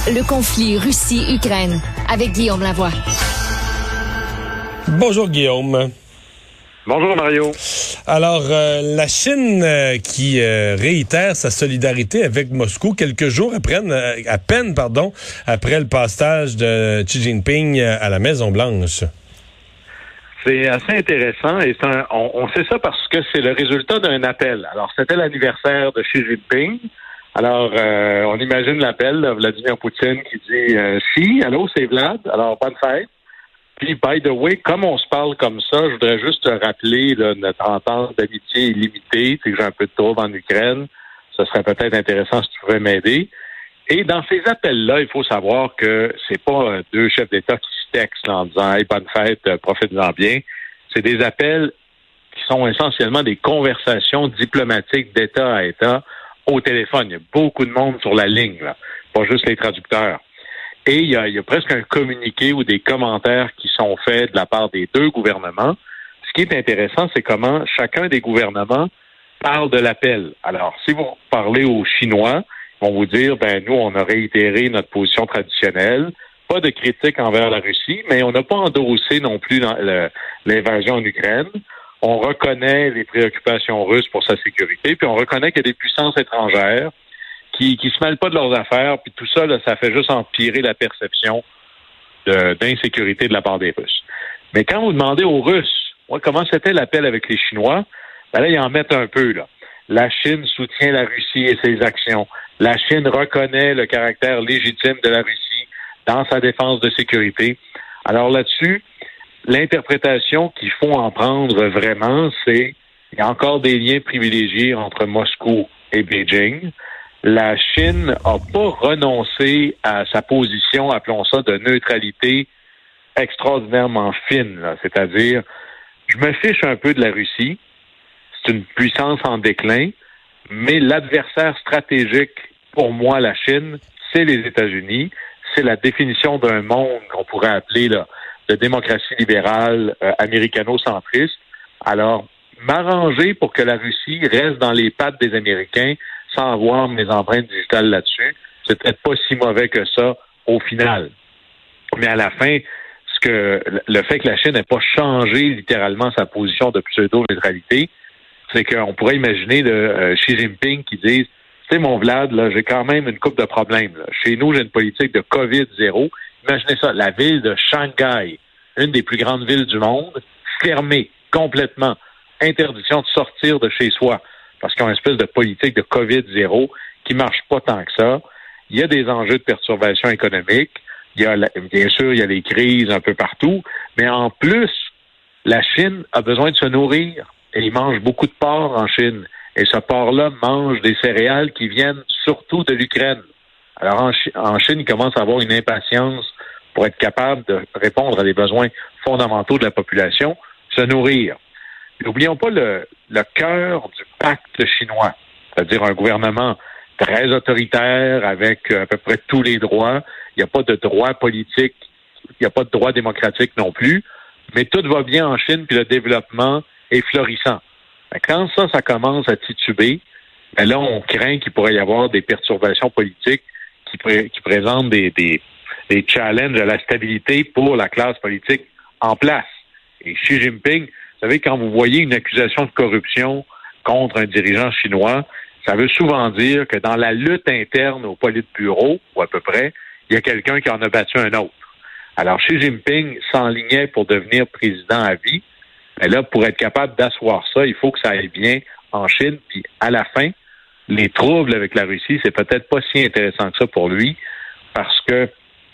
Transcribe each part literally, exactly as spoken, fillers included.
Le conflit Russie-Ukraine avec Guillaume Lavoie. Bonjour Guillaume. Bonjour Mario. Alors, euh, la Chine euh, qui euh, réitère sa solidarité avec Moscou quelques jours après, euh, à peine pardon, après le passage de Xi Jinping à la Maison-Blanche. C'est assez intéressant et c'est un, on, on sait ça parce que c'est le résultat d'un appel. Alors, c'était l'anniversaire de Xi Jinping. Alors, euh, on imagine l'appel de Vladimir Poutine qui dit euh, « Xi, allô, c'est Vlad, alors bonne fête ». Puis, by the way, comme on se parle comme ça, je voudrais juste te rappeler là, notre entente d'amitié illimitée, c'est que j'ai un peu de trouble en Ukraine. Ce serait peut-être intéressant si tu pouvais m'aider. Et dans ces appels-là, il faut savoir que c'est pas euh, deux chefs d'État qui se textent là, en disant « Hey, bonne fête, euh, profite-en bien ». C'est des appels qui sont essentiellement des conversations diplomatiques d'État à État au téléphone. Il y a beaucoup de monde sur la ligne, là, pas juste les traducteurs. Et il y, a, il y a presque un communiqué ou des commentaires qui sont faits de la part des deux gouvernements. Ce qui est intéressant, c'est comment chacun des gouvernements parle de l'appel. Alors, si vous parlez aux Chinois, ils vont vous dire, ben nous, on a réitéré notre position traditionnelle, pas de critique envers la Russie, mais on n'a pas endossé non plus dans le, l'invasion en Ukraine. On reconnaît les préoccupations russes pour sa sécurité, puis on reconnaît qu'il y a des puissances étrangères qui qui se mêlent pas de leurs affaires, puis tout ça, là, ça fait juste empirer la perception de, d'insécurité de la part des Russes. Mais quand vous demandez aux Russes, ouais, comment c'était l'appel avec les Chinois, ben là, ils en mettent un peu, là. La Chine soutient la Russie et ses actions. La Chine reconnaît le caractère légitime de la Russie dans sa défense de sécurité. Alors là-dessus, l'interprétation qu'il faut en prendre vraiment, c'est qu'il y a encore des liens privilégiés entre Moscou et Beijing. La Chine n'a pas renoncé à sa position, appelons ça, de neutralité extraordinairement fine, là. C'est-à-dire, je me fiche un peu de la Russie, c'est une puissance en déclin, mais l'adversaire stratégique, pour moi, la Chine, c'est les États-Unis, c'est la définition d'un monde qu'on pourrait appeler là, de démocratie libérale euh, américano-centriste. Alors, m'arranger pour que la Russie reste dans les pattes des Américains sans avoir mes empreintes digitales là-dessus, c'est peut-être pas si mauvais que ça au final. Mais à la fin, ce que le fait que la Chine n'ait pas changé littéralement sa position de pseudo-neutralité, c'est qu'on pourrait imaginer de euh, Xi Jinping qui dise, tu sais mon Vlad, là, j'ai quand même une couple de problèmes. Là. Chez nous, j'ai une politique de COVID zéro. Imaginez ça, la ville de Shanghai, une des plus grandes villes du monde, fermée complètement, interdiction de sortir de chez soi. Parce qu'ils ont une espèce de politique de COVID zéro qui marche pas tant que ça. Il y a des enjeux de perturbation économique. Il y a, bien sûr, il y a les crises un peu partout. Mais en plus, la Chine a besoin de se nourrir. Et ils mangent beaucoup de porc en Chine. Et ce porc-là mange des céréales qui viennent surtout de l'Ukraine. Alors, en, Ch- en Chine, ils commencent à avoir une impatience pour être capable de répondre à des besoins fondamentaux de la population, se nourrir. N'oublions pas le, le cœur du pacte chinois, c'est-à-dire un gouvernement très autoritaire avec à peu près tous les droits. Il n'y a pas de droit politique, il n'y a pas de droit démocratique non plus, mais tout va bien en Chine, puis le développement est florissant. Quand ça, ça commence à tituber, ben là, on craint qu'il pourrait y avoir des perturbations politiques qui, pré- qui présentent des, des, des challenges à la stabilité pour la classe politique en place. Et Xi Jinping, vous savez, quand vous voyez une accusation de corruption contre un dirigeant chinois, ça veut souvent dire que dans la lutte interne au Politburo, ou à peu près, il y a quelqu'un qui en a battu un autre. Alors, Xi Jinping s'enlignait pour devenir président à vie. Mais là, pour être capable d'asseoir ça, il faut que ça aille bien en Chine. Puis, à la fin, les troubles avec la Russie, c'est peut-être pas si intéressant que ça pour lui, parce que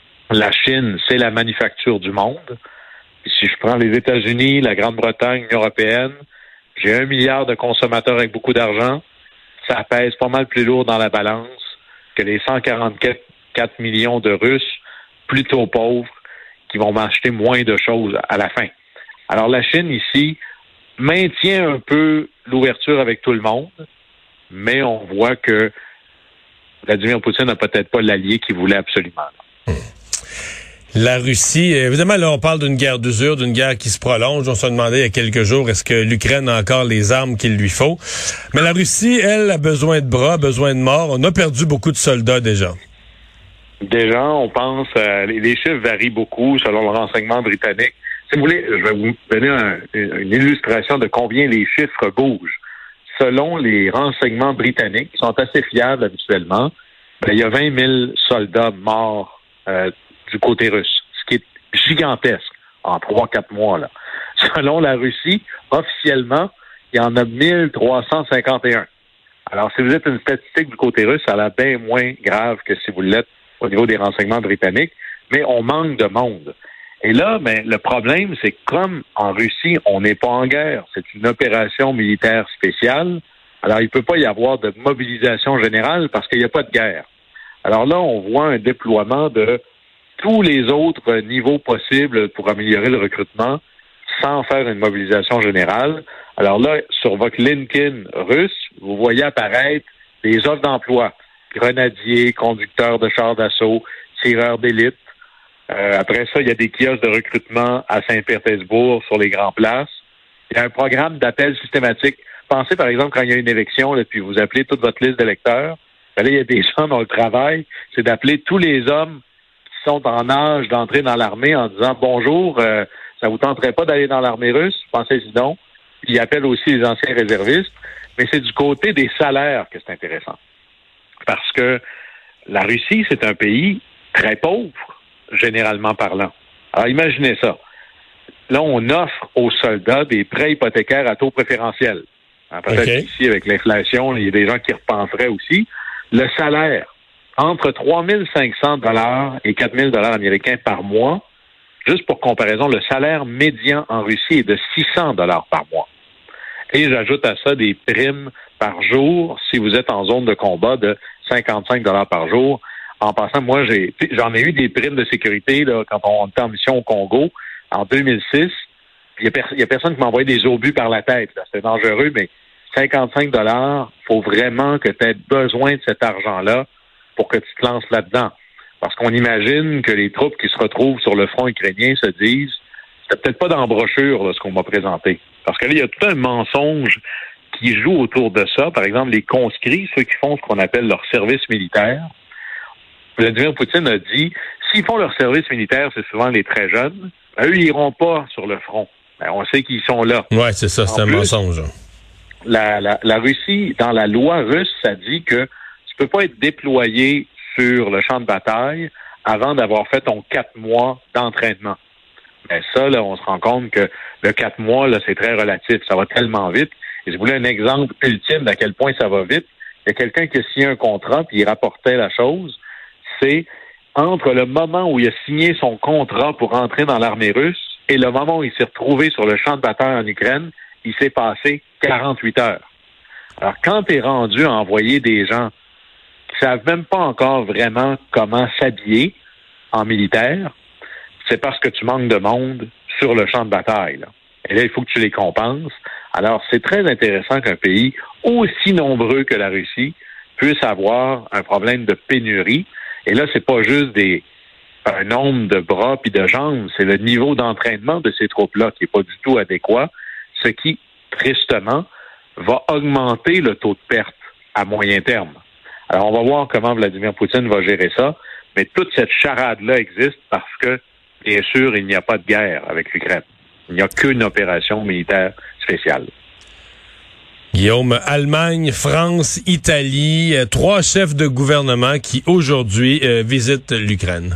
la Chine, c'est la manufacture du monde. Puis si je prends les États-Unis, la Grande-Bretagne, l'Union européenne, j'ai un milliard de consommateurs avec beaucoup d'argent. Ça pèse pas mal plus lourd dans la balance que les cent quarante-quatre millions de Russes plutôt pauvres qui vont m'acheter moins de choses à la fin. Alors la Chine ici maintient un peu l'ouverture avec tout le monde, mais on voit que Vladimir Poutine n'a peut-être pas l'allié qu'il voulait absolument. La Russie, évidemment, là, on parle d'une guerre d'usure, d'une guerre qui se prolonge. On se demandait il y a quelques jours, est-ce que l'Ukraine a encore les armes qu'il lui faut? Mais la Russie, elle, a besoin de bras, besoin de morts. On a perdu beaucoup de soldats déjà. Déjà, on pense, euh, les, les chiffres varient beaucoup selon le renseignement britannique. Si vous voulez, je vais vous donner un, une illustration de combien les chiffres bougent. Selon les renseignements britanniques, qui sont assez fiables habituellement, ben, il y a vingt mille soldats morts euh, du côté russe, ce qui est gigantesque en trois quatre mois. Là. Selon la Russie, officiellement, il y en a mille trois cent cinquante et un. Alors, si vous êtes une statistique du côté russe, ça a l'air bien moins grave que si vous l'êtes au niveau des renseignements britanniques, mais on manque de monde. Et là, ben, le problème, c'est que comme en Russie, on n'est pas en guerre, c'est une opération militaire spéciale, alors il ne peut pas y avoir de mobilisation générale parce qu'il n'y a pas de guerre. Alors là, on voit un déploiement de tous les autres niveaux possibles pour améliorer le recrutement sans faire une mobilisation générale. Alors là, sur votre LinkedIn russe, vous voyez apparaître des offres d'emploi. Grenadiers, conducteurs de chars d'assaut, tireurs d'élite. Euh, après ça, il y a des kiosques de recrutement à Saint-Pétersbourg sur les grandes places. Il y a un programme d'appel systématique. Pensez, par exemple, quand il y a une élection, là, puis vous appelez toute votre liste d'électeurs. Là, il y a des gens dont le travail, c'est d'appeler tous les hommes qui sont en âge d'entrer dans l'armée en disant « Bonjour, euh, ça vous tenterait pas d'aller dans l'armée russe? Pensez-y donc. » Puis ils appellent aussi les anciens réservistes. Mais c'est du côté des salaires que c'est intéressant. Parce que la Russie, c'est un pays très pauvre, généralement parlant. Alors, imaginez ça. Là, on offre aux soldats des prêts hypothécaires à taux préférentiel. Hein, peut-être okay. Ici, avec l'inflation, il y a des gens qui repenseraient aussi. Le salaire, entre trois mille cinq cents dollars et quatre mille dollars américains par mois, juste pour comparaison, le salaire médian en Russie est de six cents dollars par mois. Et j'ajoute à ça des primes par jour si vous êtes en zone de combat de cinquante-cinq dollars par jour. En passant, moi, j'ai j'en ai eu des primes de sécurité là, quand on était en mission au Congo en deux mille six. Il y a, per- y a personne qui m'a envoyé des obus par la tête. Là. C'était dangereux, mais cinquante-cinq dollars, il faut vraiment que tu aies besoin de cet argent-là pour que tu te lances là-dedans. Parce qu'on imagine que les troupes qui se retrouvent sur le front ukrainien se disent c'était peut-être pas dans la brochure là, ce qu'on m'a présenté. Parce que là, il y a tout un mensonge qui joue autour de ça. Par exemple, les conscrits, ceux qui font ce qu'on appelle leur service militaire. Vladimir Poutine a dit, s'ils font leur service militaire, c'est souvent les très jeunes, ben, eux, ils iront pas sur le front. Ben, on sait qu'ils sont là. Ouais, c'est ça, c'est en un plus, mensonge. La, la, la Russie, dans la loi russe, ça dit que tu peux pas être déployé sur le champ de bataille avant d'avoir fait ton quatre mois d'entraînement. Ben ça, là, on se rend compte que le quatre mois, là, c'est très relatif. Ça va tellement vite. Et je voulais un exemple ultime d'à quel point ça va vite. Il y a quelqu'un qui a signé un contrat, puis il rapportait la chose. C'est entre le moment où il a signé son contrat pour entrer dans l'armée russe et le moment où il s'est retrouvé sur le champ de bataille en Ukraine, il s'est passé quarante-huit heures. Alors, quand tu es rendu à envoyer des gens qui savent même pas encore vraiment comment s'habiller en militaire, c'est parce que tu manques de monde sur le champ de bataille. Là. Et là, il faut que tu les compenses. Alors, c'est très intéressant qu'un pays aussi nombreux que la Russie puisse avoir un problème de pénurie. Et là, c'est pas juste des un nombre de bras puis de jambes, c'est le niveau d'entraînement de ces troupes-là qui est pas du tout adéquat, ce qui, tristement, va augmenter le taux de perte à moyen terme. Alors, on va voir comment Vladimir Poutine va gérer ça, mais toute cette charade-là existe parce que, bien sûr, il n'y a pas de guerre avec l'Ukraine. Il n'y a qu'une opération militaire spéciale. Guillaume, Allemagne, France, Italie, euh, trois chefs de gouvernement qui, aujourd'hui, euh, visitent l'Ukraine.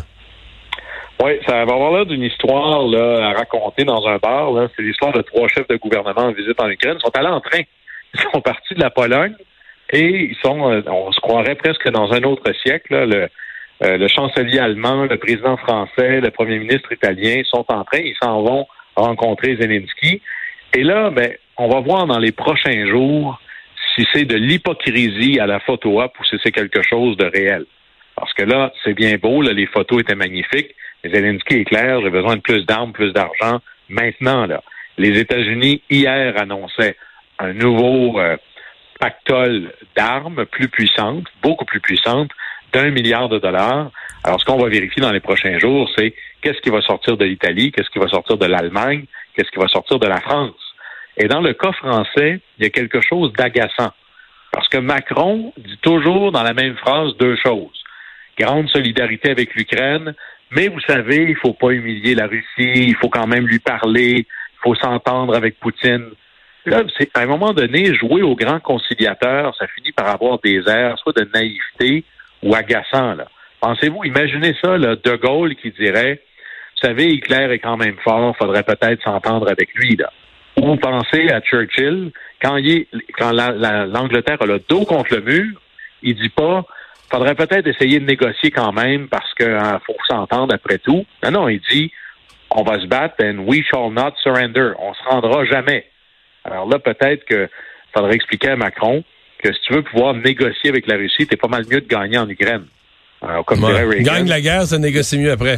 Oui, ça va avoir l'air d'une histoire là, à raconter dans un bar. Là. C'est l'histoire de trois chefs de gouvernement en visite en Ukraine. Ils sont allés en train. Ils sont partis de la Pologne et ils sont, euh, on se croirait presque dans un autre siècle. Là, le, euh, le chancelier allemand, le président français, le premier ministre italien sont en train. Ils s'en vont rencontrer Zelensky. Et là, ben, on va voir dans les prochains jours si c'est de l'hypocrisie à la photo op ou si c'est quelque chose de réel. Parce que là, c'est bien beau, là, les photos étaient magnifiques. Mais Zelensky est clair, j'ai besoin de plus d'armes, plus d'argent. Maintenant, là, les États-Unis, hier, annonçaient un nouveau euh, pactole d'armes plus puissante, beaucoup plus puissante, d'un milliard de dollars. Alors, ce qu'on va vérifier dans les prochains jours, c'est qu'est-ce qui va sortir de l'Italie, qu'est-ce qui va sortir de l'Allemagne, qu'est-ce qui va sortir de la France. Et dans le cas français, il y a quelque chose d'agaçant. Parce que Macron dit toujours dans la même phrase deux choses. grande solidarité avec l'Ukraine, mais vous savez, il faut pas humilier la Russie, il faut quand même lui parler, il faut s'entendre avec Poutine. Là, c'est, à un moment donné, jouer au grand conciliateur, ça finit par avoir des airs, soit de naïveté ou agaçant, là. Pensez-vous, imaginez ça, là, De Gaulle qui dirait, vous savez, Hitler est quand même fort, faudrait peut-être s'entendre avec lui, là. Ou vous pensez à Churchill, quand, il est, quand la, la, l'Angleterre a le dos contre le mur, il dit pas, faudrait peut-être essayer de négocier quand même parce qu'il hein, faut s'entendre après tout. Non, non, il dit, on va se battre and we shall not surrender. On se rendra jamais. Alors là, peut-être que faudrait expliquer à Macron que si tu veux pouvoir négocier avec la Russie, t'es pas mal mieux de gagner en Ukraine. Alors, comme ouais. dirait Reagan, gagne la guerre, ça négocie mieux après.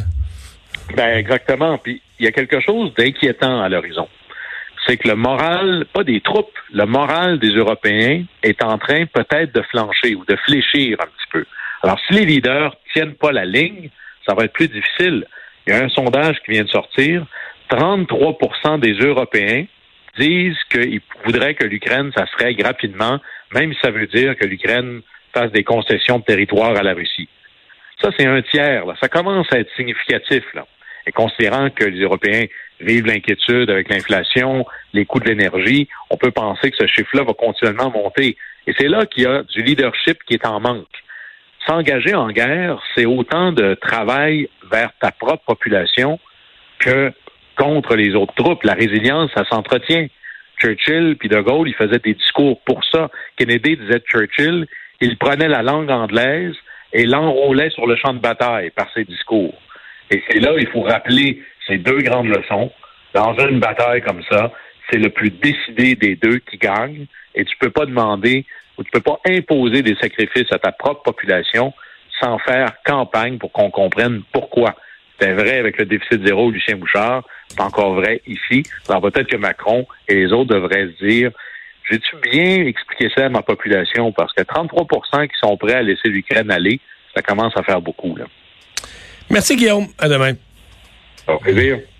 Ben exactement. Puis il y a quelque chose d'inquiétant à l'horizon. C'est que le moral, pas des troupes, le moral des Européens est en train peut-être de flancher ou de fléchir un petit peu. Alors, si les leaders tiennent pas la ligne, ça va être plus difficile. Il y a un sondage qui vient de sortir. trente-trois pour cent des Européens disent qu'ils voudraient que l'Ukraine, ça se règle rapidement, même si ça veut dire que l'Ukraine fasse des concessions de territoire à la Russie. Ça, c'est un tiers, là. Ça commence à être significatif, là. Et considérant que les Européens vivent l'inquiétude avec l'inflation, les coûts de l'énergie, on peut penser que ce chiffre-là va continuellement monter. Et c'est là qu'il y a du leadership qui est en manque. S'engager en guerre, c'est autant de travail vers ta propre population que contre les autres troupes. La résilience, ça s'entretient. Churchill puis De Gaulle, ils faisaient des discours pour ça. Kennedy disait de Churchill, il prenait la langue anglaise et l'enrôlait sur le champ de bataille par ses discours. Et c'est là, il faut rappeler ces deux grandes leçons. Dans une bataille comme ça, c'est le plus décidé des deux qui gagne et tu peux pas demander ou tu peux pas imposer des sacrifices à ta propre population sans faire campagne pour qu'on comprenne pourquoi. C'était vrai avec le déficit zéro, Lucien Bouchard, c'est encore vrai ici. Alors peut-être que Macron et les autres devraient se dire, j'ai-tu bien expliqué ça à ma population? Parce que trente-trois pour cent qui sont prêts à laisser l'Ukraine aller, ça commence à faire beaucoup, là. Merci, Guillaume. À demain. Au plaisir.